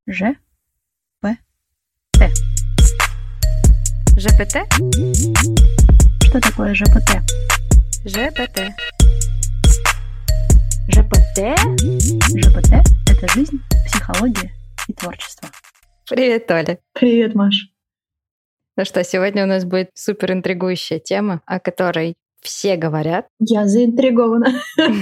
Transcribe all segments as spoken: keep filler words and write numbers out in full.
Ж. П. Т. ЖПТ? Что такое ЖПТ? ЖПТ. ЖПТ? ЖПТ — это жизнь, психология и творчество. Привет, Оля. Привет, Маш. Ну что, сегодня у нас будет супер интригующая тема, о которой все говорят. Я заинтригована.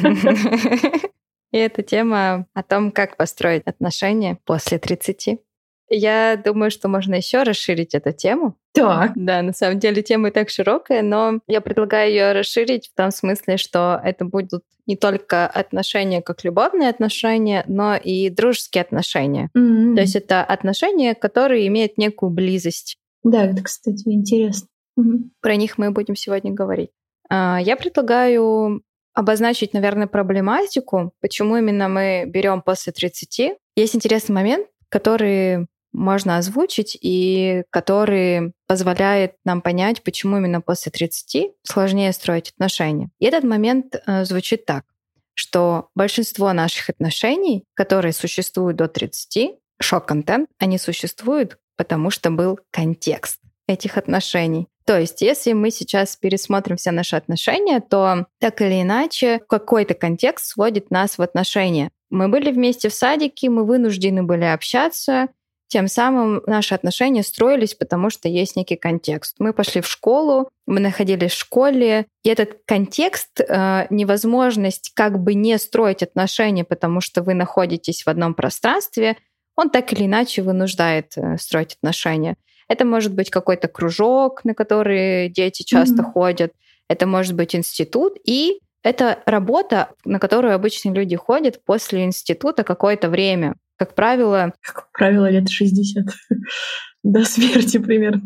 И эта тема о том, как построить отношения после тридцати. Я думаю, что можно еще расширить эту тему. Так. Да, на самом деле тема и так широкая, но я предлагаю ее расширить в том смысле, что это будут не только отношения как любовные отношения, но и дружеские отношения. Mm-hmm. То есть это отношения, которые имеют некую близость. Да, это, кстати, интересно. Mm-hmm. Про них мы будем сегодня говорить. Я предлагаю обозначить, наверное, проблематику, почему именно мы берем после тридцати. Есть интересный момент, который можно озвучить и который позволяет нам понять, почему именно после тридцати сложнее строить отношения. И этот момент э, звучит так, что большинство наших отношений, которые существуют до тридцати, шок-контент, они существуют, потому что был контекст этих отношений. То есть, если мы сейчас пересмотрим все наши отношения, то так или иначе какой-то контекст сводит нас в отношения. Мы были вместе в садике, мы вынуждены были общаться, тем самым наши отношения строились, потому что есть некий контекст. Мы пошли в школу, мы находились в школе, и этот контекст, э, невозможность как бы не строить отношения, потому что вы находитесь в одном пространстве, он так или иначе вынуждает э, строить отношения. Это может быть какой-то кружок, на который дети часто mm-hmm. ходят, это может быть институт, и это работа, на которую обычные люди ходят после института какое-то время. Как правило... Как правило, лет шестьдесят. До смерти примерно.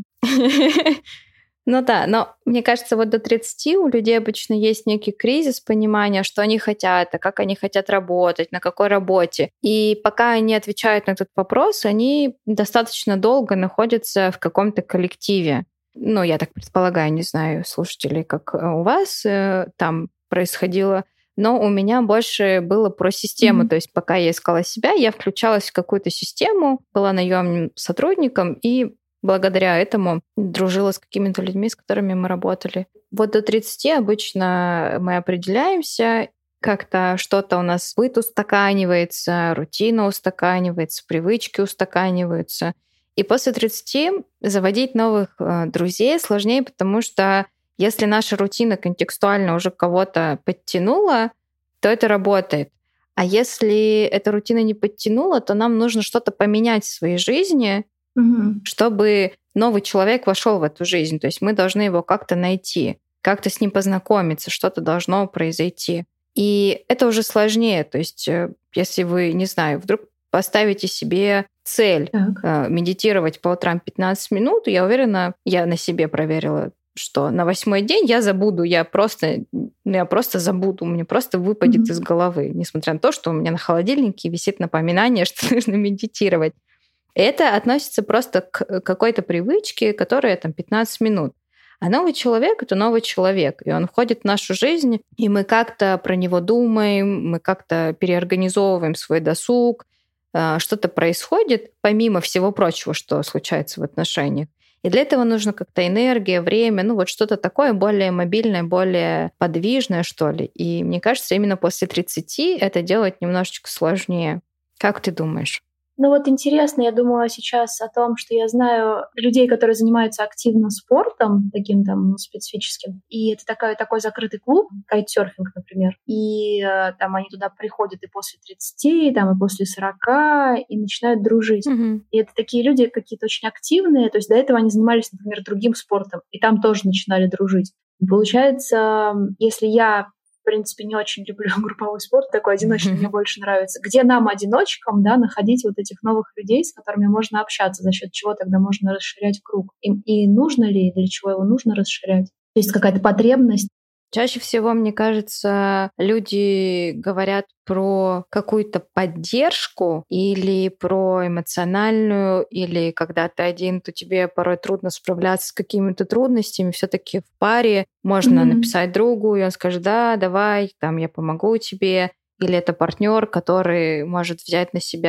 Ну да, но мне кажется, вот до тридцати у людей обычно есть некий кризис понимания, что они хотят, а как они хотят работать, на какой работе. И пока они отвечают на этот вопрос, они достаточно долго находятся в каком-то коллективе. Ну, я так предполагаю, не знаю, слушатели, как у вас э, там происходило, но у меня больше было про систему. Mm-hmm. То есть пока я искала себя, я включалась в какую-то систему, была наемным сотрудником и благодаря этому дружила с какими-то людьми, с которыми мы работали. Вот до тридцати обычно мы определяемся, как-то что-то у нас быт устаканивается, рутина устаканивается, привычки устаканиваются. И после тридцати заводить новых э, друзей сложнее, потому что если наша рутина контекстуально уже кого-то подтянула, то это работает. А если эта рутина не подтянула, то нам нужно что-то поменять в своей жизни, угу. чтобы новый человек вошел в эту жизнь. То есть мы должны его как-то найти, как-то с ним познакомиться, что-то должно произойти. И это уже сложнее. То есть если вы, не знаю, вдруг поставите себе цель так. медитировать по утрам пятнадцать минут, я уверена, я на себе проверила, что на восьмой день я забуду, я просто, я просто забуду, мне просто выпадет mm-hmm. из головы, несмотря на то, что у меня на холодильнике висит напоминание, что нужно медитировать. Это относится просто к какой-то привычке, которая там пятнадцать минут. А новый человек — это новый человек, и он входит в нашу жизнь, и мы как-то про него думаем, мы как-то переорганизовываем свой досуг, что-то происходит, помимо всего прочего, что случается в отношениях. И для этого нужно как-то энергия, время, ну вот что-то такое более мобильное, более подвижное, что ли. И мне кажется, именно после тридцати это делать немножечко сложнее. Как ты думаешь? Ну вот интересно, я думала сейчас о том, что я знаю людей, которые занимаются активно спортом, таким там ну, специфическим, и это такой, такой закрытый клуб, кайтсерфинг, например, и э, там они туда приходят и после тридцати, там, и после сорока, и начинают дружить. Mm-hmm. И это такие люди какие-то очень активные, то есть до этого они занимались, например, другим спортом, и там тоже начинали дружить. И получается, если я в принципе, не очень люблю групповой спорт, такой одиночный мне больше нравится. Где нам, одиночкам, да, находить вот этих новых людей, с которыми можно общаться, за счет чего тогда можно расширять круг. И, и нужно ли, для чего его нужно расширять? То есть какая-то потребность. Чаще всего, мне кажется, люди говорят про какую-то поддержку или про эмоциональную, или когда ты один, то тебе порой трудно справляться с какими-то трудностями. Все-таки в паре можно mm-hmm. написать другу, и он скажет: да, давай, там я помогу тебе. Или это партнер, который может взять на себя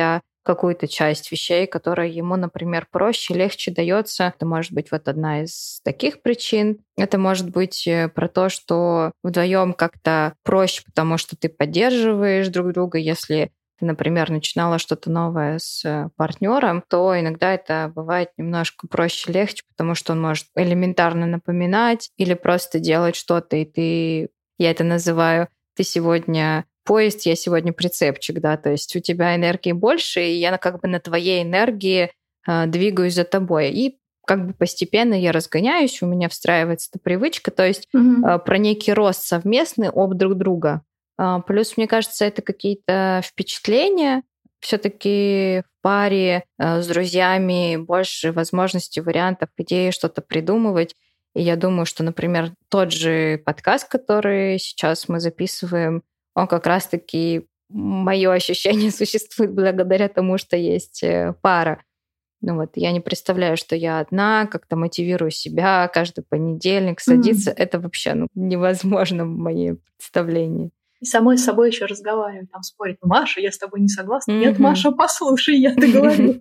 какую-то часть вещей, которая ему, например, проще, легче дается. Это может быть вот одна из таких причин. Это может быть про то, что вдвоем как-то проще, потому что ты поддерживаешь друг друга. Если ты, например, начинала что-то новое с партнером, то иногда это бывает немножко проще, легче, потому что он может элементарно напоминать или просто делать что-то, и ты, я это называю, ты сегодня поезд, я сегодня прицепчик, да, то есть у тебя энергии больше, и я как бы на твоей энергии э, двигаюсь за тобой. И как бы постепенно я разгоняюсь, у меня встраивается эта привычка, то есть mm-hmm. э, про некий рост совместный об друг друга. Э, плюс, мне кажется, это какие-то впечатления, все-таки в паре э, с друзьями больше возможностей, вариантов, идей, что-то придумывать. И я думаю, что, например, тот же подкаст, который сейчас мы записываем, он как раз-таки, мое ощущение, существует благодаря тому, что есть пара. Ну вот, я не представляю, что я одна, как-то мотивирую себя каждый понедельник садиться. Mm-hmm. Это вообще ну, невозможно в моем представлении. И самой с собой еще разговаривать, там спорить. Ну, Маша, я с тобой не согласна. Mm-hmm. Нет, Маша, послушай, я договорю.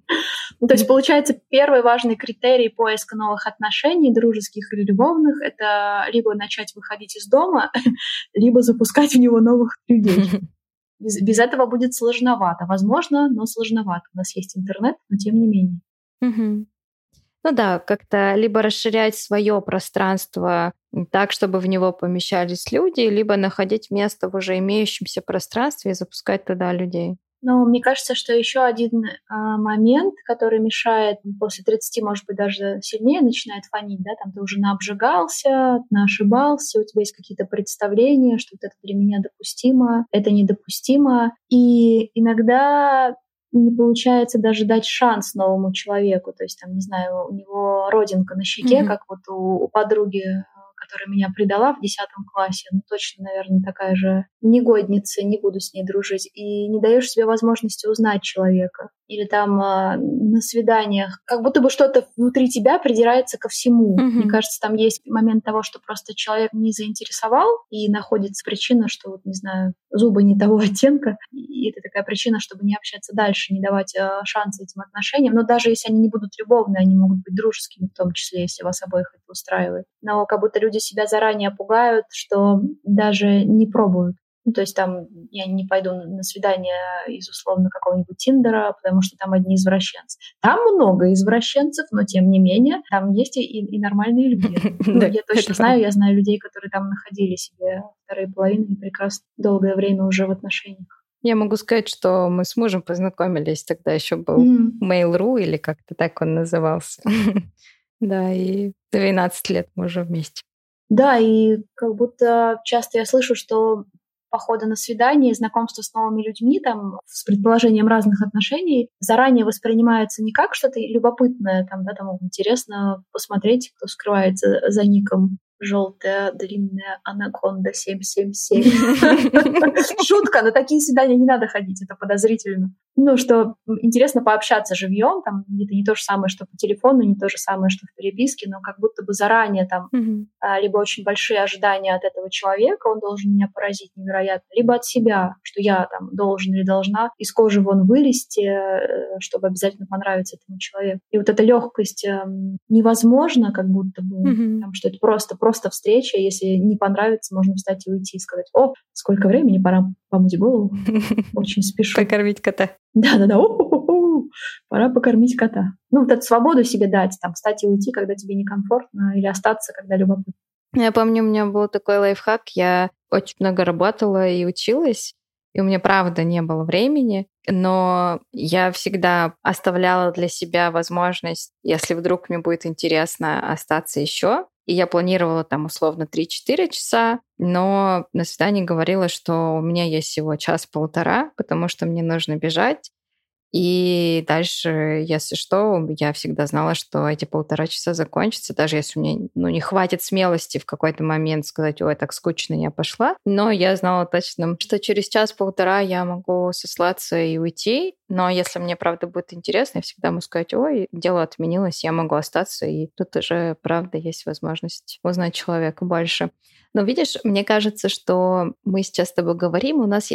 Ну, то есть, получается, первый важный критерий поиска новых отношений, дружеских или любовных, это либо начать выходить из дома, либо запускать в него новых людей. Без, без этого будет сложновато. Возможно, но сложновато. У нас есть интернет, но тем не менее. Mm-hmm. Ну да, как-то либо расширять свое пространство так, чтобы в него помещались люди, либо находить место в уже имеющемся пространстве и запускать туда людей. Но мне кажется, что еще один а, момент, который мешает после тридцати, может быть, даже сильнее начинает фонить, да, там ты уже наобжигался, наошибался, у тебя есть какие-то представления, что вот это для меня допустимо, это недопустимо. И иногда не получается даже дать шанс новому человеку. То есть, там, не знаю, у него родинка на щеке, mm-hmm. как вот у, у подруги, которая меня предала в десятом классе, ну, точно, наверное, такая же негодница, не буду с ней дружить, и не даешь себе возможности узнать человека. Или там э, на свиданиях, как будто бы что-то внутри тебя придирается ко всему. Mm-hmm. Мне кажется, там есть момент того, что просто человек не заинтересовал, и находится причина, что, вот, не знаю, зубы не того оттенка, и это такая причина, чтобы не общаться дальше, не давать э, шанс этим отношениям. Но даже если они не будут любовные, они могут быть дружескими, в том числе, если вас обоих это устраивает. Но как будто люди себя заранее пугают, что даже не пробуют. Ну, то есть там я не пойду на свидание из условно какого-нибудь Тиндера, потому что там одни извращенцы. Там много извращенцев, но тем не менее там есть и, и нормальные люди. Ну, я точно знаю, я знаю людей, которые там находили себе вторые половины и прекрасно долгое время уже в отношениях. Я могу сказать, что мы с мужем познакомились, тогда еще был mm. Mail.ru, или как-то так он назывался. Да, и двенадцать лет мы уже вместе. Да, и как будто часто я слышу, что походы на свидание, знакомство с новыми людьми, там, с предположением разных отношений, заранее воспринимается не как что-то любопытное, там, да, там интересно посмотреть, кто скрывается за ником «Желтая длинная анаконда семь семь семь». Шутка, на такие свидания не надо ходить, это подозрительно. Ну, что интересно пообщаться живьем, там, это не то же самое, что по телефону, не то же самое, что в переписке, но как будто бы заранее там mm-hmm. либо очень большие ожидания от этого человека, он должен меня поразить невероятно, либо от себя, что я там должен или должна из кожи вон вылезти, чтобы обязательно понравиться этому человеку. И вот эта легкость э, невозможно, как будто бы, mm-hmm. там, что это просто, просто встреча, если не понравится, можно встать и уйти и сказать: о, сколько времени, пора помыть голову, очень спешу. Покормить кота. Да-да-да, у-ху-ху-ху. Пора покормить кота. Ну, вот эту свободу себе дать, там, встать и уйти, когда тебе некомфортно, или остаться, когда любопытно. Я помню, у меня был такой лайфхак, я очень много работала и училась, и у меня, правда, не было времени, но я всегда оставляла для себя возможность, если вдруг мне будет интересно, остаться еще. И я планировала там условно три-четыре часа, но на свидании говорила, что у меня есть всего час-полтора, потому что мне нужно бежать. И дальше, если что, я всегда знала, что эти полтора часа закончатся, даже если у меня ну, не хватит смелости в какой-то момент сказать: ой, так скучно, я пошла. Но я знала точно, что через час-полтора я могу сослаться и уйти. Но если мне, правда, будет интересно, я всегда могу сказать: ой, дело отменилось, я могу остаться. И тут уже, правда, есть возможность узнать человека больше. Но видишь, мне кажется, что мы сейчас с тобой говорим, у нас есть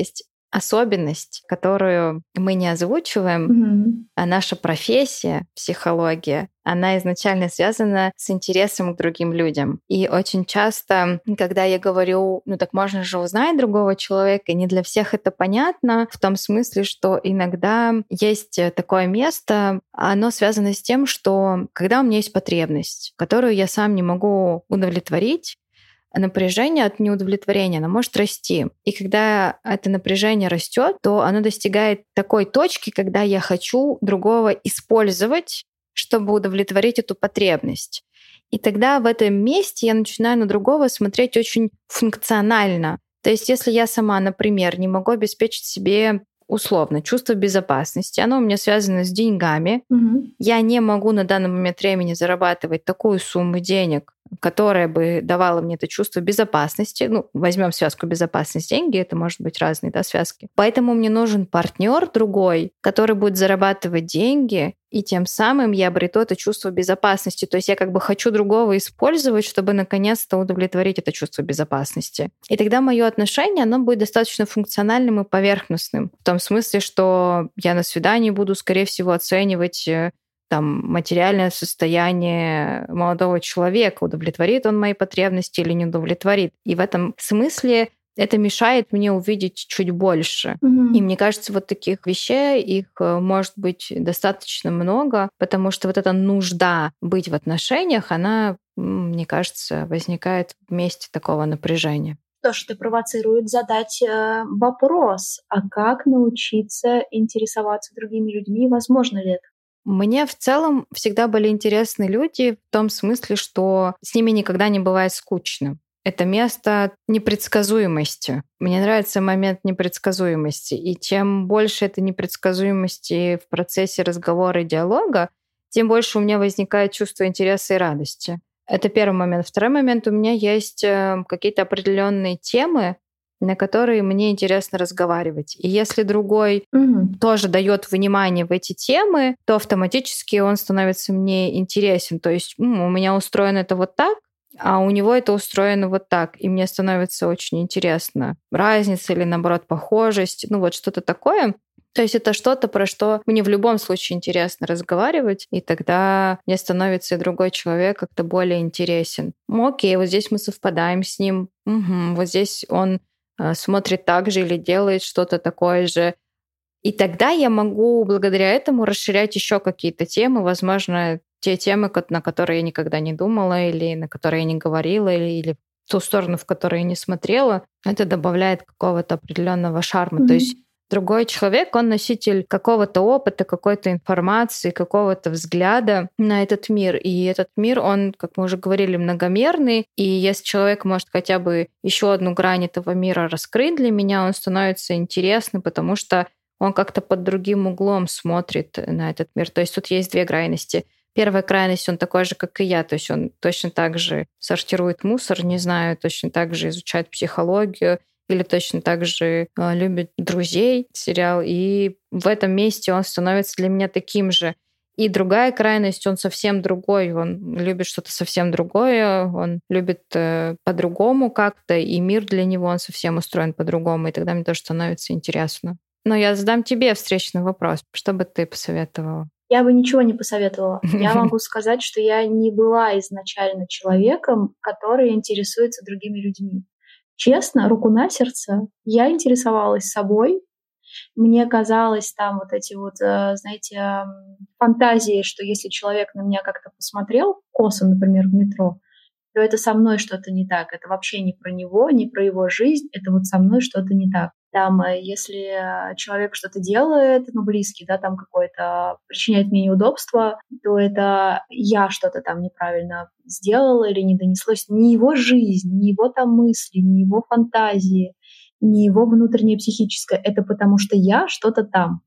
особенность, которую мы не озвучиваем, Мгм. а наша профессия, психология, она изначально связана с интересом к другим людям. И очень часто, когда я говорю, ну так можно же узнать другого человека, не для всех это понятно, в том смысле, что иногда есть такое место, оно связано с тем, что когда у меня есть потребность, которую я сам не могу удовлетворить, напряжение от неудовлетворения, оно может расти. И когда это напряжение растет, то оно достигает такой точки, когда я хочу другого использовать, чтобы удовлетворить эту потребность. И тогда в этом месте я начинаю на другого смотреть очень функционально. То есть если я сама, например, не могу обеспечить себе условно чувство безопасности, оно у меня связано с деньгами, Мгм. я не могу на данный момент времени зарабатывать такую сумму денег, которая бы давала мне это чувство безопасности. Ну, возьмем связку безопасность, деньги, это может быть разные, да, связки. Поэтому мне нужен партнер другой, который будет зарабатывать деньги, и тем самым я обрету это чувство безопасности. То есть я как бы хочу другого использовать, чтобы наконец-то удовлетворить это чувство безопасности. И тогда мое отношение, оно будет достаточно функциональным и поверхностным. В том смысле, что я на свидании буду, скорее всего, оценивать там, материальное состояние молодого человека, удовлетворит он мои потребности или не удовлетворит. И в этом смысле это мешает мне увидеть чуть больше. Мгм. И мне кажется, вот таких вещей, их может быть достаточно много, потому что вот эта нужда быть в отношениях, она, мне кажется, возникает в месте такого напряжения. То, что провоцирует задать э, вопрос, а как научиться интересоваться другими людьми, возможно ли это? Мне в целом всегда были интересны люди в том смысле, что с ними никогда не бывает скучно. Это место непредсказуемости. Мне нравится момент непредсказуемости. И чем больше этой непредсказуемости в процессе разговора и диалога, тем больше у меня возникает чувство интереса и радости. Это первый момент. Второй момент. У меня есть какие-то определенные темы, на которые мне интересно разговаривать. И если другой Мгм. тоже дает внимание в эти темы, то автоматически он становится мне интересен. То есть м, у меня устроено это вот так, а у него это устроено вот так. И мне становится очень интересно, разница или, наоборот, похожесть, ну вот что-то такое. То есть это что-то, про что мне в любом случае интересно разговаривать, и тогда мне становится и другой человек как-то более интересен. Ну, окей, вот здесь мы совпадаем с ним, угу, вот здесь он э, смотрит так же или делает что-то такое же. И тогда я могу благодаря этому расширять еще какие-то темы, возможно, те темы, на которые я никогда не думала, или на которые я не говорила, или, или в ту сторону, в которую я не смотрела. Это добавляет какого-то определенного шарма. Мгм. То есть другой человек, он носитель какого-то опыта, какой-то информации, какого-то взгляда на этот мир. И этот мир, он, как мы уже говорили, многомерный. И если человек может хотя бы еще одну грань этого мира раскрыть для меня, он становится интересным, потому что он как-то под другим углом смотрит на этот мир. То есть тут есть две крайности. Первая крайность, он такой же, как и я. То есть он точно так же сортирует мусор, не знаю, точно так же изучает психологию, или точно так же э, любит «Друзей» сериал. И в этом месте он становится для меня таким же. И другая крайность, он совсем другой. Он любит что-то совсем другое, он любит э, по-другому как-то, и мир для него, он совсем устроен по-другому. И тогда мне тоже становится интересно. Но я задам тебе встречный вопрос. Что бы ты посоветовала? Я бы ничего не посоветовала. Я могу сказать, что я не была изначально человеком, который интересуется другими людьми. Честно, руку на сердце, я интересовалась собой. Мне казалось, там вот эти вот, э, знаете, м, фантазии, что если человек на меня как-то посмотрел косо, например, в метро, то это со мной что-то не так. Это вообще не про него, не про его жизнь, это вот со мной что-то не так. Там, э, если э, человек что-то делает, ну, близкий, да, там какой-то причиняет мне неудобство, то это я что-то там неправильно сделала или не донеслось. Не его жизнь, не его там мысли, не его фантазии, не его внутреннее психическое. Это потому что я что-то там.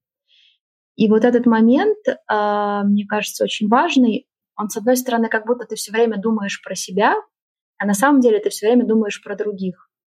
И вот этот момент, а, мне кажется, очень важный. Он, с одной стороны, как будто ты все время думаешь про себя, а на самом деле ты все время думаешь про других.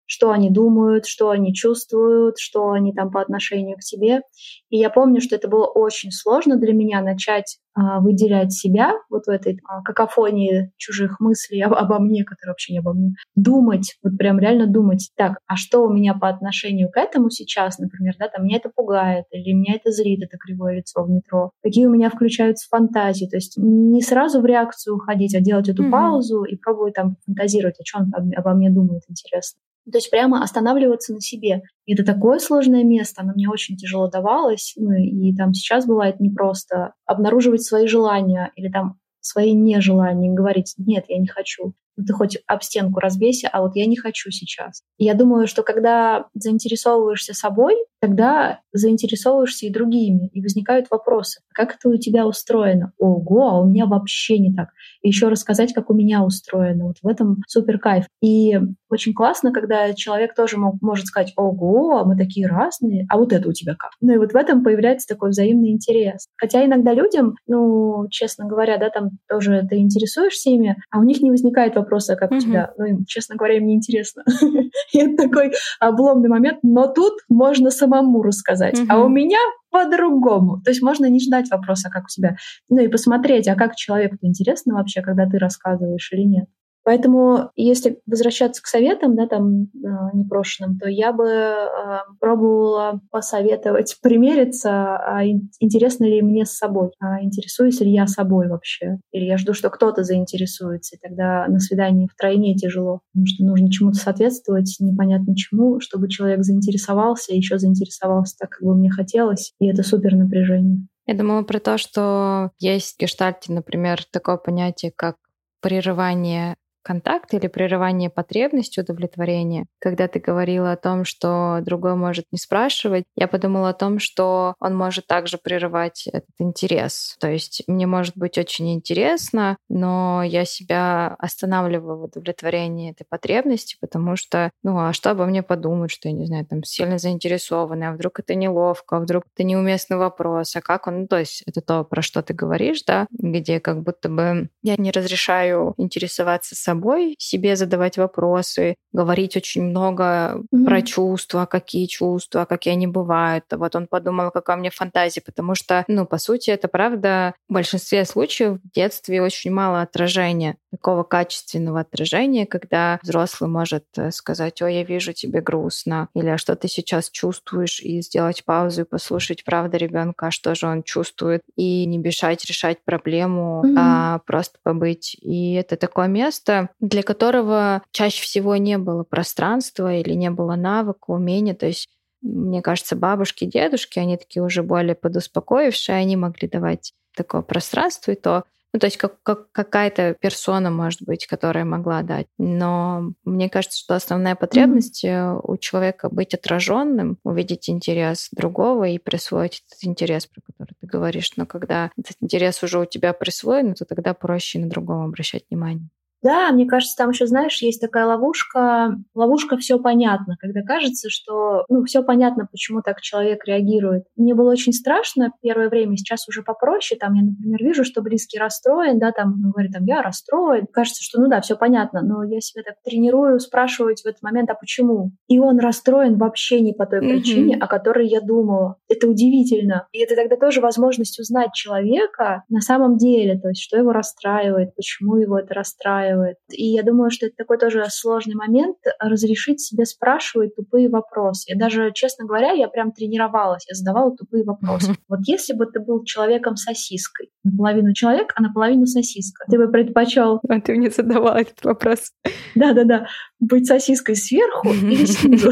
что они думают, что они чувствуют, что они там по отношению к тебе. И я помню, что это было очень сложно для меня начать а, выделять себя вот в этой а, какофонии чужих мыслей об, обо мне, которые вообще не обо мне. Думать, вот прям реально думать, так, а что у меня по отношению к этому сейчас, например, да, там меня это пугает, или меня это злит, это кривое лицо в метро. Какие у меня включаются фантазии. То есть не сразу в реакцию уходить, а делать эту mm-hmm. паузу и пробовать там фантазировать, о чем он обо мне думает, интересно. То есть прямо останавливаться на себе. И это такое сложное место, оно мне очень тяжело давалось. Ну, и там сейчас бывает непросто обнаруживать свои желания или там свои нежелания, говорить: нет, я не хочу. Ну, ты хоть об стенку разбейся, а вот я не хочу сейчас. И я думаю, что когда заинтересовываешься собой, тогда заинтересовываешься и другими, и возникают вопросы. Как это у тебя устроено? Ого, а у меня вообще не так. И еще рассказать, как у меня устроено. Вот в этом супер кайф. И очень классно, когда человек тоже мог, может сказать: ого, мы такие разные, а вот это у тебя как? Ну и вот в этом появляется такой взаимный интерес. Хотя иногда людям, ну, честно говоря, да, там тоже ты интересуешься ими, а у них не возникает вопроса, как mm-hmm. у тебя. Ну, им, честно говоря, им не интересно. И это такой обломный момент. Но тут можно самому рассказать. Mm-hmm. А у меня по-другому. То есть можно не ждать вопроса, как у тебя. Ну и посмотреть, а как человеку интересно вообще, когда ты рассказываешь или нет. Поэтому, если возвращаться к советам, да, там, непрошенным, то я бы э, пробовала посоветовать примериться, а интересно ли мне с собой, а интересуюсь ли я собой вообще. Или я жду, что кто-то заинтересуется, и тогда на свидании втройне тяжело, потому что нужно чему-то соответствовать, непонятно чему, чтобы человек заинтересовался, еще заинтересовался так, как бы мне хотелось, и это супер напряжение. Я думала про то, что есть в гештальте, например, такое понятие, как прерывание контакт или прерывание потребности удовлетворения. Когда ты говорила о том, что другой может не спрашивать, я подумала о том, что он может также прерывать этот интерес. То есть мне может быть очень интересно, но я себя останавливаю в удовлетворении этой потребности, потому что, ну, а что обо мне подумают, что я, не знаю, там сильно заинтересованная, а вдруг это неловко, а вдруг это неуместный вопрос, а как он, ну, то есть это то, про что ты говоришь, да, где как будто бы я не разрешаю интересоваться собой, себе задавать вопросы, говорить очень много mm-hmm. про чувства, какие чувства, какие они бывают. Вот он подумал, какая у меня фантазия, потому что, ну, по сути, это правда, в большинстве случаев в детстве очень мало отражения, такого качественного отражения, когда взрослый может сказать: ой, я вижу, тебе грустно, или а что ты сейчас чувствуешь, и сделать паузу и послушать, правда, ребенка, что же он чувствует, и не бежать решать проблему, mm-hmm. а просто побыть. И это такое место, для которого чаще всего не было пространства или не было навыка, умения. То есть, мне кажется, бабушки, дедушки, они такие уже более подуспокоившие, они могли давать такое пространство и то. Ну, то есть как, как какая-то персона, может быть, которая могла дать. Но мне кажется, что основная потребность mm-hmm. у человека быть отраженным, увидеть интерес другого и присвоить этот интерес, про который ты говоришь. Но когда этот интерес уже у тебя присвоен, то тогда проще на другого обращать внимание. Да, мне кажется, там еще, знаешь, есть такая ловушка, ловушка «все понятно», когда кажется, что, ну, все понятно, почему так человек реагирует. Мне было очень страшно первое время, сейчас уже попроще, там я, например, вижу, что близкий расстроен, да, там, он говорит, там, я расстроен, кажется, что, ну да, все понятно, но я себя так тренирую спрашивать в этот момент, а почему? И он расстроен вообще не по той mm-hmm. причине, о которой я думала. Это удивительно. И это тогда тоже возможность узнать человека на самом деле, то есть что его расстраивает, почему его это расстраивает. И я думаю, что это такой тоже сложный момент — разрешить себе спрашивать тупые вопросы. И даже, честно говоря, я прям тренировалась, я задавала тупые вопросы. Вот если бы ты был человеком-сосиской, наполовину человек, а наполовину сосиска, ты бы предпочел... А ты мне задавала этот вопрос. Да-да-да. Быть сосиской сверху или снизу.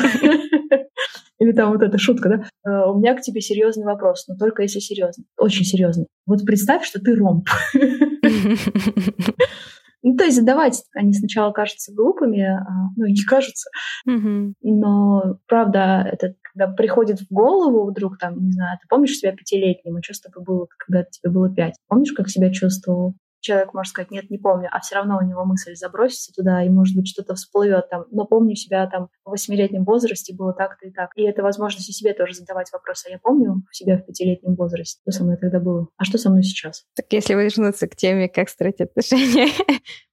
Или там вот эта шутка, да? У меня к тебе серьезный вопрос, но только если серьезный. Очень серьезный. Вот представь, что ты ромб. Ну, то есть задавать они сначала кажутся глупыми, ну, и не кажутся. Mm-hmm. Но, правда, это когда приходит в голову вдруг, там, не знаю, ты помнишь себя пятилетним, и что с тобой было, когда тебе было пять? Помнишь, как себя чувствовал? Человек может сказать: нет, не помню, а все равно у него мысль забросится туда, и, может быть, что-то всплывет там. Но помню себя там в восьмилетнем возрасте, было так-то и так. И это возможность и себе тоже задавать вопрос: а я помню себя в пятилетнем возрасте? Что со мной тогда было? А что со мной сейчас? Так если вернуться к теме, как строить отношения,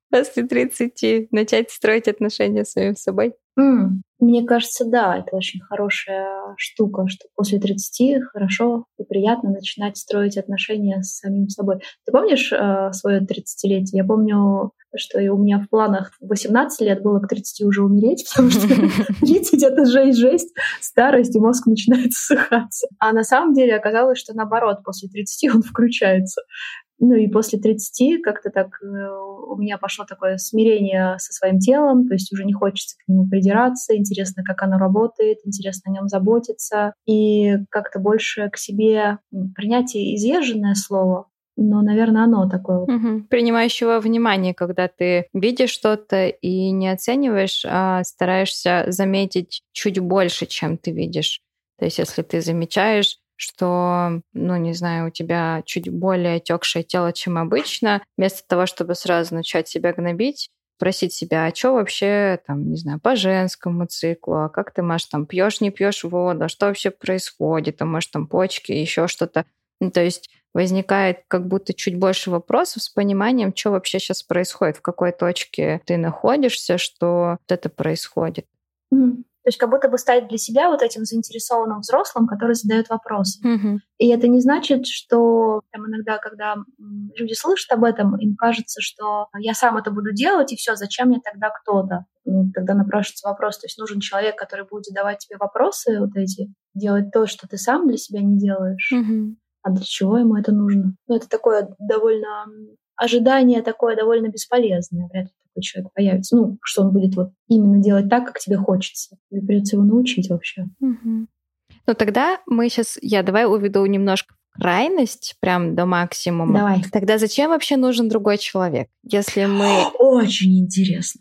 После тридцати начать строить отношения с самим собой? М, Мне кажется, да, это очень хорошая штука, что после тридцати хорошо и приятно начинать строить отношения с самим собой. Ты помнишь э, свое тридцатилетие? Я помню, что и у меня в планах в восемнадцать лет было к тридцати уже умереть, потому что тридцать — это жесть, жесть, старость, и мозг начинает ссыхаться. А на самом деле оказалось, что наоборот, после тридцати он включается. Ну и после тридцати как-то так э, у меня пошло такое смирение со своим телом, то есть уже не хочется к нему придираться, интересно, как оно работает, интересно о нем заботиться, и как-то больше к себе м, принятие — изъезженное слово, но, наверное, оно такое вот. Мгм. Принимающего внимания, когда ты видишь что-то и не оцениваешь, а стараешься заметить чуть больше, чем ты видишь. То есть, если ты замечаешь, что, ну, не знаю, у тебя чуть более отекшее тело, чем обычно, вместо того, чтобы сразу начать себя гнобить, спросить себя, а что вообще, там, не знаю, по женскому циклу, а как ты, Маш, там, пьешь, не пьешь воду, а что вообще происходит, а может, там, почки, еще что-то. Ну, то есть возникает как будто чуть больше вопросов с пониманием, что вообще сейчас происходит, в какой точке ты находишься, что вот это происходит. Мгм. То есть как будто бы стать для себя вот этим заинтересованным взрослым, который задает вопросы. Мгм. И это не значит, что там иногда, когда м, люди слышат об этом, им кажется, что я сам это буду делать, и все, зачем мне тогда кто-то? Ну, тогда напрашивается вопрос, то есть нужен человек, который будет задавать тебе вопросы вот эти, делать то, что ты сам для себя не делаешь. Мгм. А для чего ему это нужно? Ну, это такое довольно м, ожидание такое довольно бесполезное. Вряд ли такой человек появится. Ну, что он будет вот именно делать так, как тебе хочется. Тебе придется его научить вообще. Мгм. Ну тогда мы сейчас, я давай уведу немножко в крайность, прям до максимума. Давай. Тогда зачем вообще нужен другой человек, если мы... Очень интересно.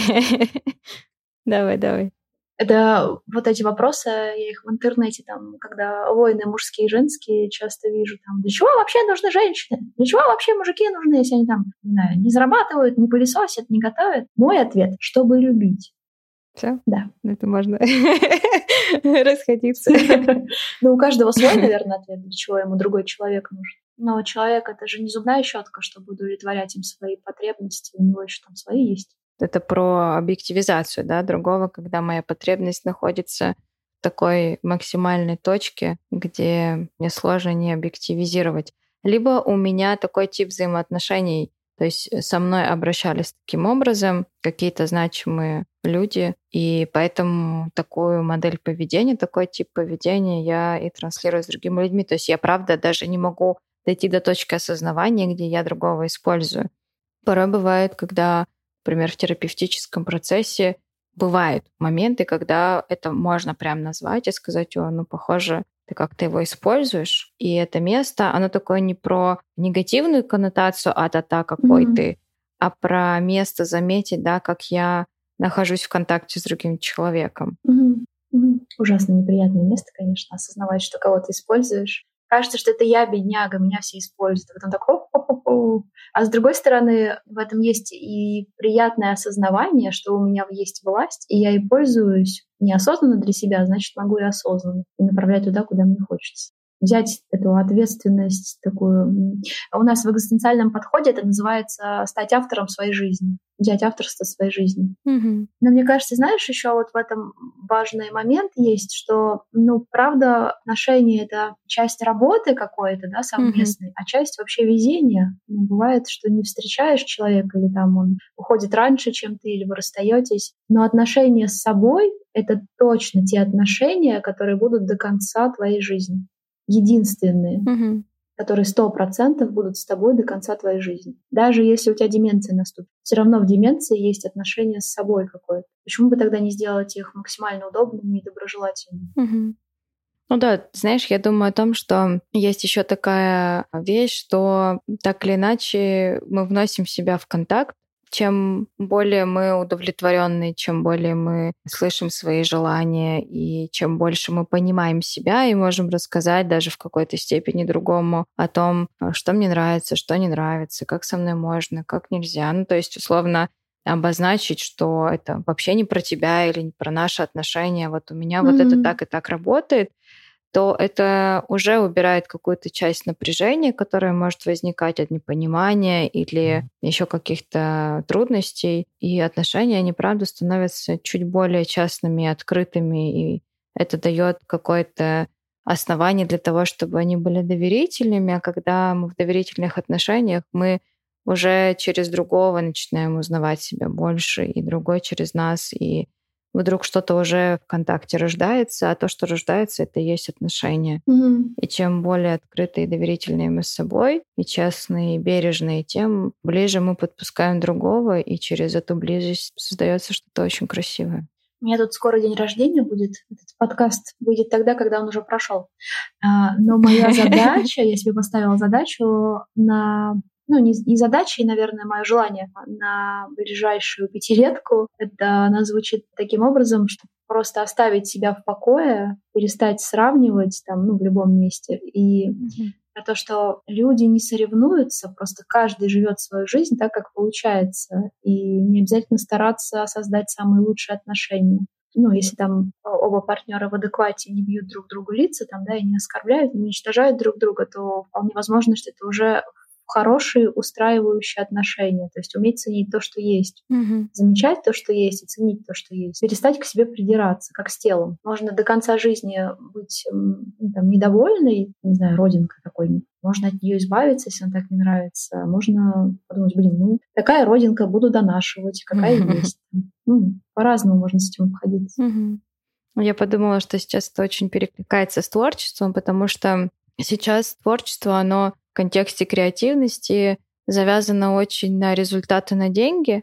Давай, давай. Это вот эти вопросы, я их в интернете, там, когда войны мужские и женские, часто вижу, там, для чего вообще нужны женщины? Для чего вообще мужики нужны, если они там, не знаю, не зарабатывают, не пылесосят, не готовят? Мой ответ — чтобы любить. Все? Да. Это можно расходиться. Ну, у каждого свой, наверное, ответ, для чего ему другой человек нужен. Но человек — это же не зубная щетка, чтобы удовлетворять им свои потребности, у него еще там свои есть. Это про объективизацию, да, другого, когда моя потребность находится в такой максимальной точке, где мне сложно не объективизировать. Либо у меня такой тип взаимоотношений, то есть со мной обращались таким образом какие-то значимые люди, и поэтому такую модель поведения, такой тип поведения я и транслирую с другими людьми. То есть я, правда, даже не могу дойти до точки осознавания, где я другого использую. Порой бывает, когда, например, в терапевтическом процессе бывают моменты, когда это можно прям назвать и сказать: о, ну, похоже, ты как-то его используешь. И это место, оно такое не про негативную коннотацию а-та-та какой Мгм. ты, а про место заметить, да, как я нахожусь в контакте с другим человеком. Мгм. Мгм. Ужасно неприятное место, конечно, осознавать, что кого-то используешь. Кажется, что это я, бедняга, меня все используют. А потом так хоп-хоп-хоп. А с другой стороны, в этом есть и приятное осознавание, что у меня есть власть, и я ей пользуюсь неосознанно для себя, значит, могу и осознанно и направлять туда, куда мне хочется. Взять эту ответственность такую. м, У нас в экзистенциальном подходе это называется стать автором своей жизни, взять авторство своей жизни. Мгм. Но мне кажется, знаешь, еще вот в этом важный момент есть, что, ну, правда, отношения — это часть работы какой-то, да, Мгм. совместной, а часть вообще везения. Ну, бывает, что не встречаешь человека, или там он уходит раньше, чем ты, или вы расстаетесь. Но отношения с собой — это точно те отношения, которые будут до конца твоей жизни. Единственные, Мгм. которые сто процентов будут с тобой до конца твоей жизни. Даже если у тебя деменция наступит, все равно в деменции есть отношение с собой какое-то. Почему бы тогда не сделать их максимально удобными и доброжелательными? Мгм. Ну да, знаешь, я думаю о том, что есть еще такая вещь, что так или иначе мы вносим себя в контакт. Чем более мы удовлетворенные, чем более мы слышим свои желания, и чем больше мы понимаем себя и можем рассказать даже в какой-то степени другому о том, а, что мне нравится, что не нравится, как со мной можно, как нельзя. Ну, то есть, условно, обозначить, что это вообще не про тебя или не про наши отношения. Вот у меня вот это Мгм. так и так работает. то это уже убирает какую-то часть напряжения, которая может возникать от непонимания или еще каких-то трудностей. И отношения, они, правда, становятся чуть более частными и открытыми. И это дает какое-то основание для того, чтобы они были доверительными. А когда мы в доверительных отношениях, мы уже через другого начинаем узнавать себя больше, и другой через нас, и вдруг что-то уже в контакте рождается, а то, что рождается, это и есть отношения. Mm-hmm. И чем более открытые и доверительные мы с собой, и честные, и бережные, тем ближе мы подпускаем другого, и через эту близость создается что-то очень красивое. У меня тут скоро день рождения будет. Этот подкаст выйдет тогда, когда он уже прошел. Но моя задача, я себе поставила задачу на... Ну, не, не задача, и, наверное, мое желание на ближайшую пятилетку. Это она звучит таким образом, что просто оставить себя в покое, перестать сравнивать там, ну, в любом месте. И mm-hmm. про то, что люди не соревнуются, просто каждый живет свою жизнь так, как получается. И не обязательно стараться создать самые лучшие отношения. Ну, если там оба партнера в адеквате не бьют друг другу лица, там, да, и не оскорбляют, не уничтожают друг друга, то вполне возможно, что это уже хорошие, устраивающие отношения. То есть уметь ценить то, что есть. Mm-hmm. Замечать то, что есть, и ценить то, что есть. Перестать к себе придираться, как с телом. Можно до конца жизни быть ну, там, недовольной, не знаю, родинкой какой-нибудь. Можно от нее избавиться, если она так не нравится. Можно подумать, блин, ну, такая родинка, буду донашивать, какая mm-hmm. есть. Ну, по-разному можно с этим обходиться. Mm-hmm. Я подумала, что сейчас это очень перекликается с творчеством, потому что сейчас творчество, оно в контексте креативности завязано очень на результаты, на деньги,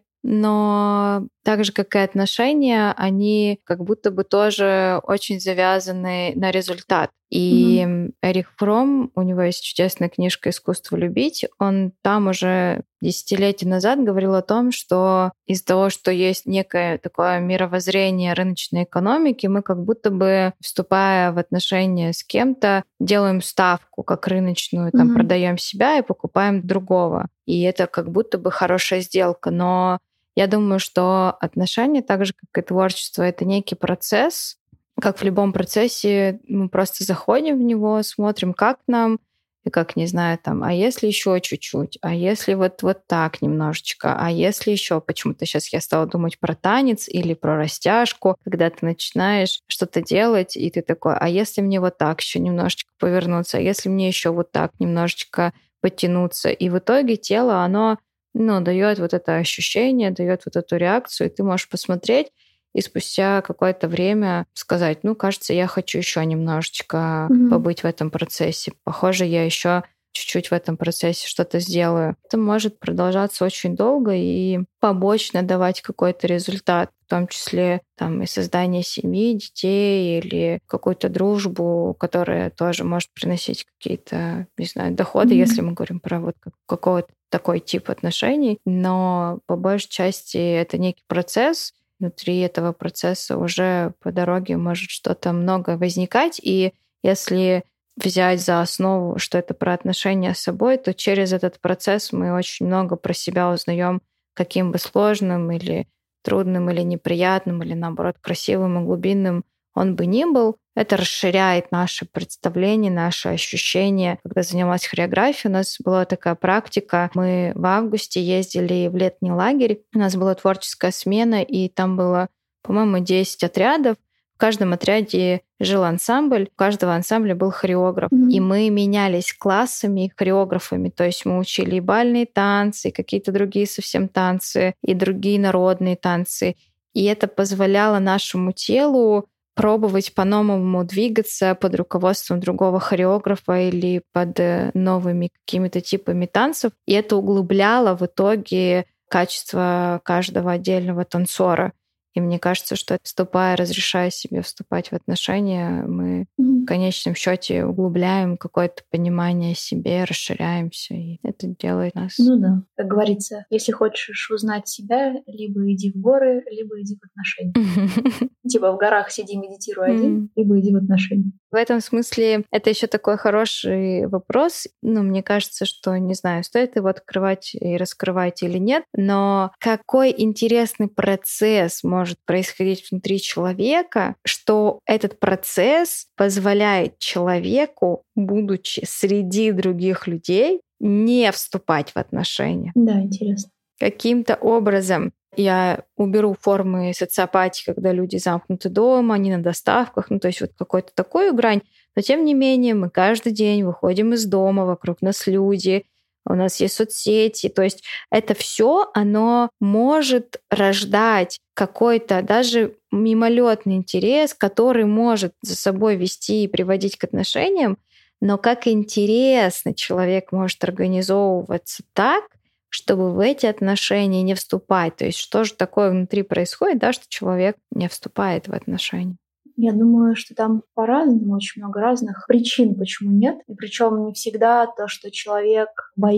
но так же, как и отношения, они как будто бы тоже очень завязаны на результат. И mm-hmm. Эрих Фромм, у него есть чудесная книжка «Искусство любить», он там уже десятилетия назад говорил о том, что из-за того, что есть некое такое мировоззрение рыночной экономики, мы как будто бы, вступая в отношения с кем-то, делаем ставку как рыночную, там, mm-hmm. продаем себя и покупаем другого. И это как будто бы хорошая сделка. Но я думаю, что отношения, так же, как и творчество, это некий процесс. Как в любом процессе, мы просто заходим в него, смотрим, как нам, и как, не знаю, там, а если еще чуть-чуть, а если вот, вот так немножечко, а если еще почему-то сейчас я стала думать про танец или про растяжку, когда ты начинаешь что-то делать, и ты такой, а если мне вот так еще немножечко повернуться, а если мне еще вот так немножечко подтянуться, и в итоге тело, оно ну, дает вот это ощущение, дает вот эту реакцию, и ты можешь посмотреть и спустя какое-то время сказать, ну, кажется, я хочу еще немножечко mm-hmm. побыть в этом процессе. Похоже, я еще чуть-чуть в этом процессе что-то сделаю. Это может продолжаться очень долго и побочно давать какой-то результат, в том числе там и создание семьи, детей или какую-то дружбу, которая тоже может приносить какие-то, не знаю, доходы, mm-hmm. если мы говорим про вот какой-то такой тип отношений. Но по большей части это некий процесс. Внутри этого процесса уже по дороге может что-то много возникать. И если взять за основу, что это про отношения с собой, то через этот процесс мы очень много про себя узнаем, каким бы сложным или трудным, или неприятным, или наоборот красивым и глубинным он бы ни был. Это расширяет наше представление, наши ощущения. Когда занималась хореографией, у нас была такая практика. Мы в августе ездили в летний лагерь. У нас была творческая смена, и там было, по-моему, десять отрядов. В каждом отряде жил ансамбль, у каждого ансамбля был хореограф. Mm-hmm. И мы менялись классами и хореографами. То есть мы учили и бальные танцы, и какие-то другие совсем танцы, и другие народные танцы. И это позволяло нашему телу пробовать по-новому двигаться под руководством другого хореографа или под новыми какими-то типами танцев. И это углубляло в итоге качество каждого отдельного танцора. И мне кажется, что вступая, разрешая себе вступать в отношения, мы mm-hmm. в конечном счете углубляем какое-то понимание о себе, расширяемся, и это делает нас. Ну да, как говорится, если хочешь узнать себя, либо иди в горы, либо иди в отношения. Типа в горах сиди, медитируй один, либо иди в отношения. В этом смысле это еще такой хороший вопрос. Ну, мне кажется, что, не знаю, стоит его открывать и раскрывать или нет, но какой интересный процесс может происходить внутри человека, что этот процесс позволяет человеку, будучи среди других людей, не вступать в отношения. Да, интересно. Каким-то образом я уберу формы социопатии, когда люди замкнуты дома, они на доставках, ну то есть вот какую-то такую грань. Но тем не менее мы каждый день выходим из дома, вокруг нас люди, у нас есть соцсети. То есть это все, оно может рождать какой-то даже мимолетный интерес, который может за собой вести и приводить к отношениям. Но как интересно человек может организовываться так, чтобы в эти отношения не вступать. То есть что же такое внутри происходит, да, что человек не вступает в отношения. Я думаю, что там по-разному, очень много разных причин, почему нет. И причем не всегда то, что человек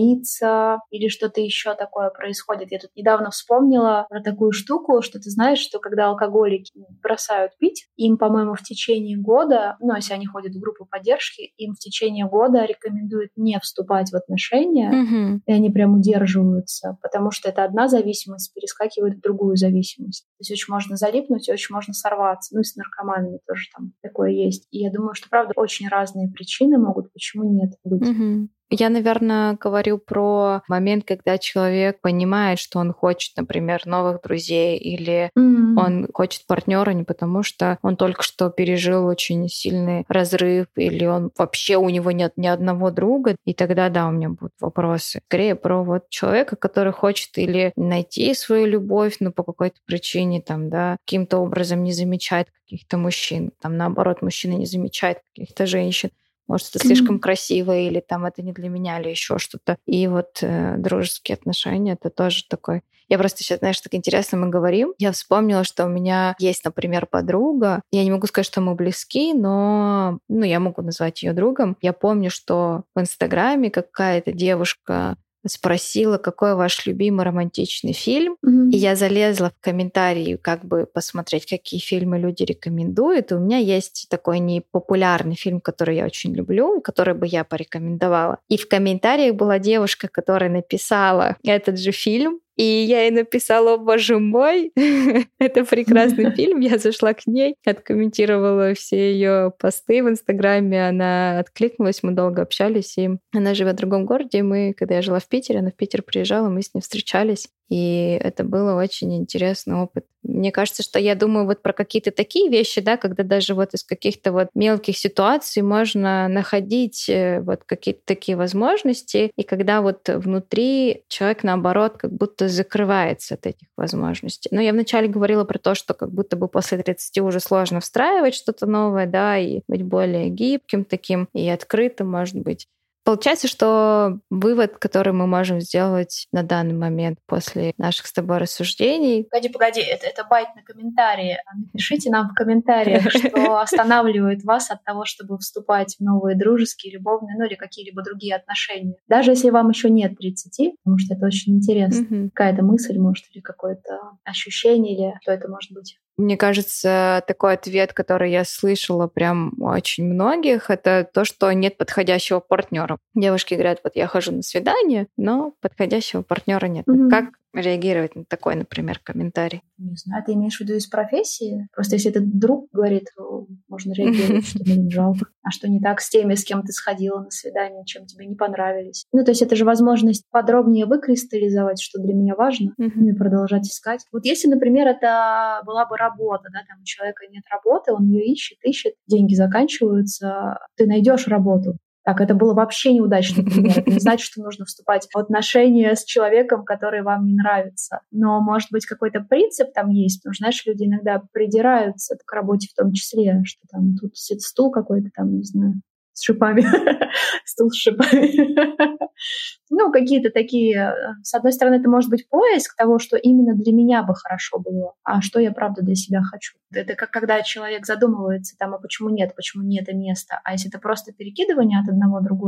боится или что-то еще такое происходит. Я тут недавно вспомнила про такую штуку, что ты знаешь, что когда алкоголики бросают пить, им, по-моему, в течение года, ну, если они ходят в группу поддержки, им в течение года рекомендуют не вступать в отношения, Mm-hmm. и они прям удерживаются, потому что это одна зависимость перескакивает в другую зависимость. То есть очень можно залипнуть и очень можно сорваться. Ну и с наркоманами тоже там такое есть. И я думаю, что, правда, очень разные причины могут, почему нет быть. Mm-hmm. Я, наверное, говорю про момент, когда человек понимает, что он хочет, например, новых друзей, или mm-hmm. он хочет партнера не потому, что он только что пережил очень сильный разрыв, или он вообще у него нет ни одного друга. И тогда, да, у меня будут вопросы. Скорее про вот человека, который хочет или найти свою любовь, но по какой-то причине там, да, каким-то образом не замечает каких-то мужчин. Там, наоборот, мужчина не замечает каких-то женщин. Может, это слишком mm-hmm. красиво, или там это не для меня, или еще что-то. И вот э, дружеские отношения — это тоже такой... Я просто сейчас, знаешь, так интересно мы говорим. Я вспомнила, что у меня есть, например, подруга. Я не могу сказать, что мы близки, но ну, я могу назвать ее другом. Я помню, что в Инстаграме какая-то девушка спросила, какой ваш любимый романтичный фильм. Mm-hmm. И я залезла в комментарии, как бы посмотреть, какие фильмы люди рекомендуют. И у меня есть такой непопулярный фильм, который я очень люблю, который бы я порекомендовала. И в комментариях была девушка, которая написала этот же фильм. И я ей написала: «О, боже мой, это прекрасный фильм». Я зашла к ней, откомментировала все ее посты в Инстаграме, она откликнулась, мы долго общались, и она живет в другом городе, и мы, когда я жила в Питере, она в Питер приезжала, мы с ней встречались. И это был очень интересный опыт. Мне кажется, что я думаю вот про какие-то такие вещи, да, когда даже вот из каких-то вот мелких ситуаций можно находить вот какие-то такие возможности, и когда вот внутри человек, наоборот, как будто закрывается от этих возможностей. Но я вначале говорила про то, что как будто бы после тридцати уже сложно встраивать что-то новое, да, и быть более гибким таким и открытым, может быть. Получается, что вывод, который мы можем сделать на данный момент после наших с тобой рассуждений... Погоди, погоди, это, это байт на комментарии. Напишите нам в комментариях, что останавливает вас от того, чтобы вступать в новые дружеские, любовные, ну или какие-либо другие отношения. Даже если вам еще нет тридцати, потому что это очень интересно. Mm-hmm. Какая-то мысль, может, или какое-то ощущение, или что это может быть. Мне кажется, такой ответ, который я слышала прям у очень многих, это то, что нет подходящего партнера. Девушки говорят: вот я хожу на свидание, но подходящего партнера нет. Mm-hmm. Как реагировать на такой, например, комментарий? Не знаю, ты имеешь в виду из профессии? Просто если это друг говорит, то можно реагировать, что блин, жалко. А что не так с теми, с кем ты сходила на свидание, чем тебе не понравились? Ну, то есть это же возможность подробнее выкристаллизовать, что для меня важно, и продолжать искать. Вот если, например, это была бы работа, да, там у человека нет работы, он ее ищет, ищет, деньги заканчиваются, ты найдешь работу. Так, это было вообще неудачный пример. Это не значит, что нужно вступать в отношения с человеком, который вам не нравится. Но, может быть, какой-то принцип там есть, потому что, знаешь, люди иногда придираются к работе в том числе, что там тут сидит стул какой-то там, не знаю, с шипами. Стул с шипами. Ну, какие-то такие... С одной стороны, это может быть поиск того, что именно для меня бы хорошо было, а что я, правда, для себя хочу. Это как когда человек задумывается, там, а почему нет, почему не это место. А если это просто перекидывание от одного в другое, там,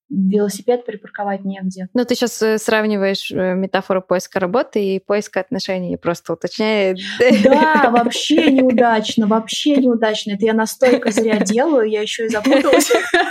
велосипед припарковать негде. Ну, ты сейчас сравниваешь метафору поиска работы и поиска отношений, просто уточняет. Да, вообще неудачно, вообще неудачно. Это я настолько зря делаю, я еще и запуталась.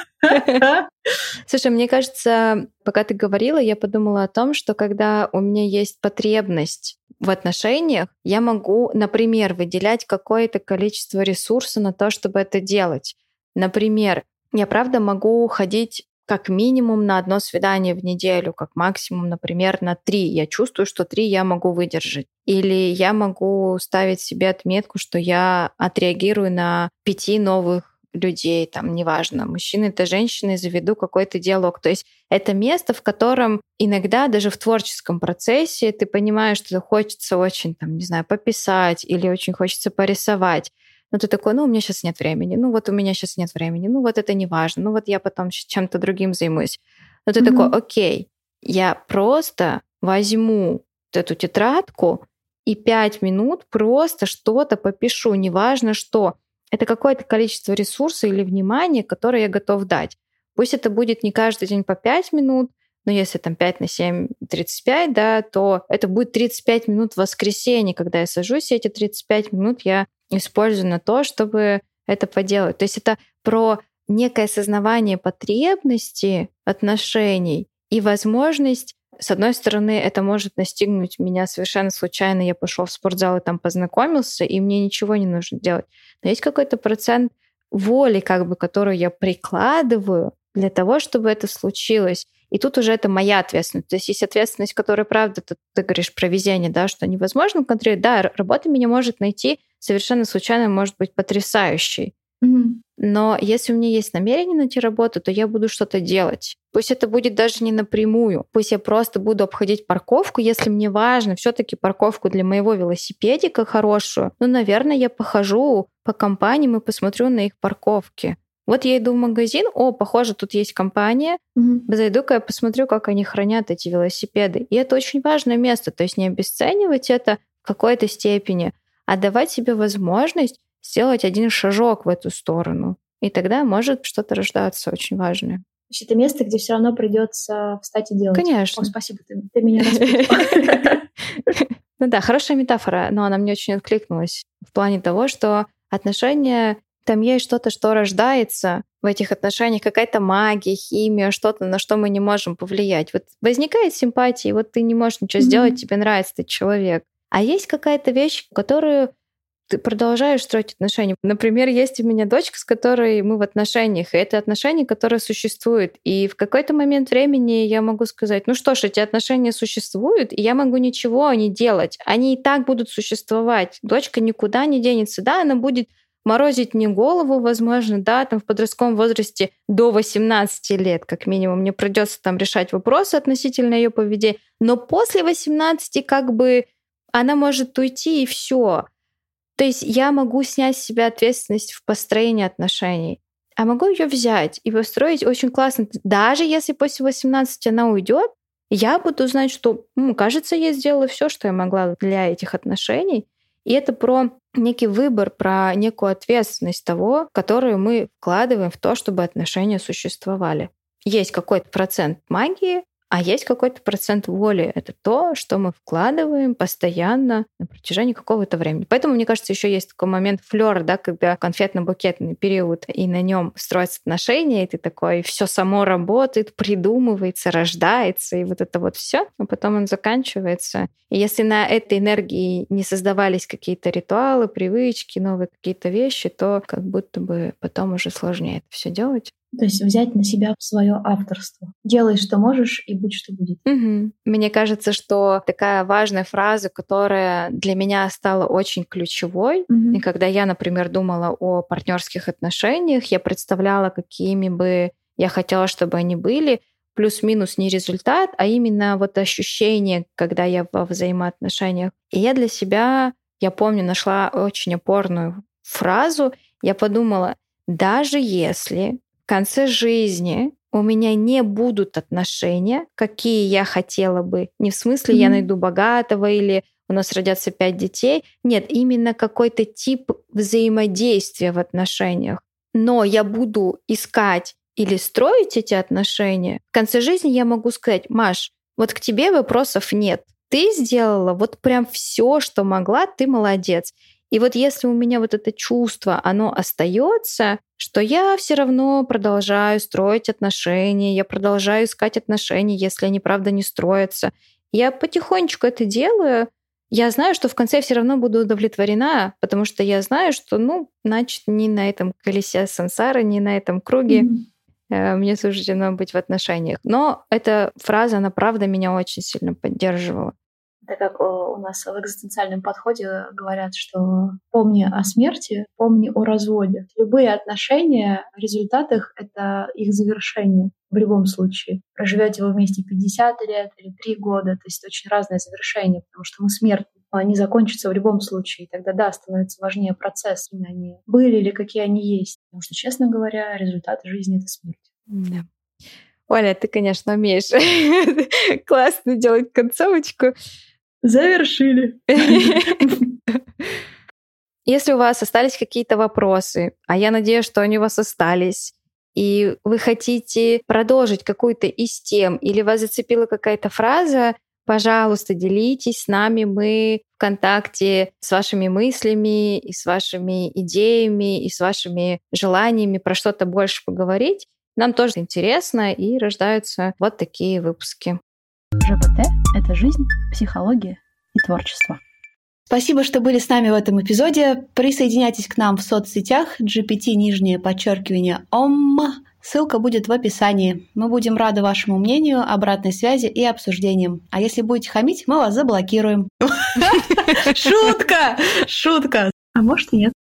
Слушай, мне кажется, пока ты говорила, я подумала о том, что когда у меня есть потребность в отношениях, я могу, например, выделять какое-то количество ресурса на то, чтобы это делать. Например, я правда могу ходить как минимум на одно свидание в неделю, как максимум, например, на три. Я чувствую, что три я могу выдержать. Или я могу ставить себе отметку, что я отреагирую на пяти новых людей, там, неважно, мужчины это женщины, заведу какой-то диалог. То есть это место, в котором иногда даже в творческом процессе ты понимаешь, что хочется очень, там, не знаю, пописать или очень хочется порисовать. Но ты такой, ну, у меня сейчас нет времени, ну, вот у меня сейчас нет времени, ну, вот это не важно, ну, вот я потом чем-то другим займусь. Но ты mm-hmm. такой, окей, я просто возьму эту тетрадку и пять минут просто что-то попишу, неважно что. Это какое-то количество ресурса или внимания, которое я готов дать. Пусть это будет не каждый день по пять минут, но если там пять на семь, тридцать пять, да, то это будет тридцать пять минут в воскресенье, когда я сажусь, и эти тридцать пять минут я использую на то, чтобы это поделать. То есть это про некое осознавание потребности отношений и возможность. С одной стороны, это может настигнуть меня совершенно случайно. Я пошел в спортзал и там познакомился, и мне ничего не нужно делать. Но есть какой-то процент воли, как бы, которую я прикладываю для того, чтобы это случилось. И тут уже это моя ответственность. То есть есть ответственность, которая, правда, ты, ты говоришь про везение, да, что невозможно контролировать. Да, работа меня может найти совершенно случайно, может быть потрясающей. Mm-hmm. Но если у меня есть намерение найти работу, то я буду что-то делать. Пусть это будет даже не напрямую. Пусть я просто буду обходить парковку, если мне важно все-таки парковку для моего велосипедика хорошую. Ну, наверное, я похожу по компаниям и посмотрю на их парковки. Вот я иду в магазин, о, похоже, тут есть компания, mm-hmm. зайду-ка я посмотрю, как они хранят эти велосипеды. И это очень важное место, то есть не обесценивать это в какой-то степени, а давать себе возможность сделать один шажок в эту сторону. И тогда может что-то рождаться очень важное. То есть это место, где все равно придется встать и делать. Конечно. О, спасибо, ты, ты меня распутала. Ну да, хорошая метафора, но она мне очень откликнулась в плане того, что отношения, там есть что-то, что рождается в этих отношениях, какая-то магия, химия, что-то, на что мы не можем повлиять. Вот возникает симпатия, и вот ты не можешь ничего mm-hmm. сделать, тебе нравится этот человек. А есть какая-то вещь, которую ты продолжаешь строить отношения. Например, есть у меня дочка, с которой мы в отношениях, и это отношения, которые существуют. И в какой-то момент времени я могу сказать, ну что ж, эти отношения существуют, и я могу ничего не делать. Они и так будут существовать. Дочка никуда не денется. Да, она будет морозить мне голову, возможно, да, там в подростковом возрасте до восемнадцати лет, как минимум, мне придется там решать вопросы относительно ее поведения. Но после восемнадцати как бы она может уйти, и все. То есть я могу снять с себя ответственность в построении отношений, а могу ее взять и построить очень классно. Даже если после восемнадцати она уйдет, я буду знать, что, ну, кажется, я сделала все, что я могла для этих отношений. И это про некий выбор, про некую ответственность того, которую мы вкладываем в то, чтобы отношения существовали. Есть какой-то процент магии, а есть какой-то процент воли. Это то, что мы вкладываем постоянно на протяжении какого-то времени. Поэтому, мне кажется, еще есть такой момент флёр, да, когда конфетно-букетный период, и на нем строятся отношения, и ты такой, все само работает, придумывается, рождается, и вот это вот все, а потом он заканчивается. И если на этой энергии не создавались какие-то ритуалы, привычки, новые какие-то вещи, то как будто бы потом уже сложнее это все делать. То есть взять на себя свое авторство. Делай, что можешь, и будь, что будет. Угу. Мне кажется, что такая важная фраза, которая для меня стала очень ключевой, угу. и когда я, например, думала о партнерских отношениях, я представляла, какими бы я хотела, чтобы они были, плюс-минус не результат, а именно вот ощущение, когда я во взаимоотношениях. И я для себя, я помню, нашла очень опорную фразу. Я подумала, даже если в конце жизни у меня не будут отношения, какие я хотела бы. Не в смысле, mm-hmm. я найду богатого или у нас родятся пять детей. Нет, именно какой-то тип взаимодействия в отношениях. Но я буду искать или строить эти отношения, в конце жизни я могу сказать: Маш, вот к тебе вопросов нет. Ты сделала вот прям все, что могла, ты молодец. И вот если у меня вот это чувство, оно остается, что я все равно продолжаю строить отношения, я продолжаю искать отношения, если они, правда, не строятся. Я потихонечку это делаю. Я знаю, что в конце я все равно буду удовлетворена, потому что я знаю, что, ну, значит, не на этом колесе сансары, не на этом круге mm-hmm. мне суждено быть в отношениях. Но эта фраза, она, правда, меня очень сильно поддерживала. Это как у нас в экзистенциальном подходе говорят, что помни о смерти, помни о разводе. Любые отношения, результат их — это их завершение в любом случае. Проживете вы вместе пятьдесят лет или три года, то есть это очень разное завершение, потому что мы смертны. Они закончатся в любом случае. И тогда, да, становится важнее процесс, какими они были или какие они есть. Потому что, честно говоря, результат жизни — это смерть. Да. Оля, ты, конечно, умеешь классно делать концовочку. Завершили. Если у вас остались какие-то вопросы, а я надеюсь, что они у вас остались, и вы хотите продолжить какую-то из тем, или вас зацепила какая-то фраза, пожалуйста, делитесь с нами. Мы в контакте с вашими мыслями, и с вашими идеями, и с вашими желаниями про что-то больше поговорить. Нам тоже интересно, и рождаются вот такие выпуски. ЖПТ — это жизнь, психология и творчество. Спасибо, что были с нами в этом эпизоде. Присоединяйтесь к нам в соцсетях джи пи ти нижнее подчеркивание ом. Ссылка будет в описании. Мы будем рады вашему мнению, обратной связи и обсуждениям. А если будете хамить, мы вас заблокируем. Шутка! Шутка! А может и нет.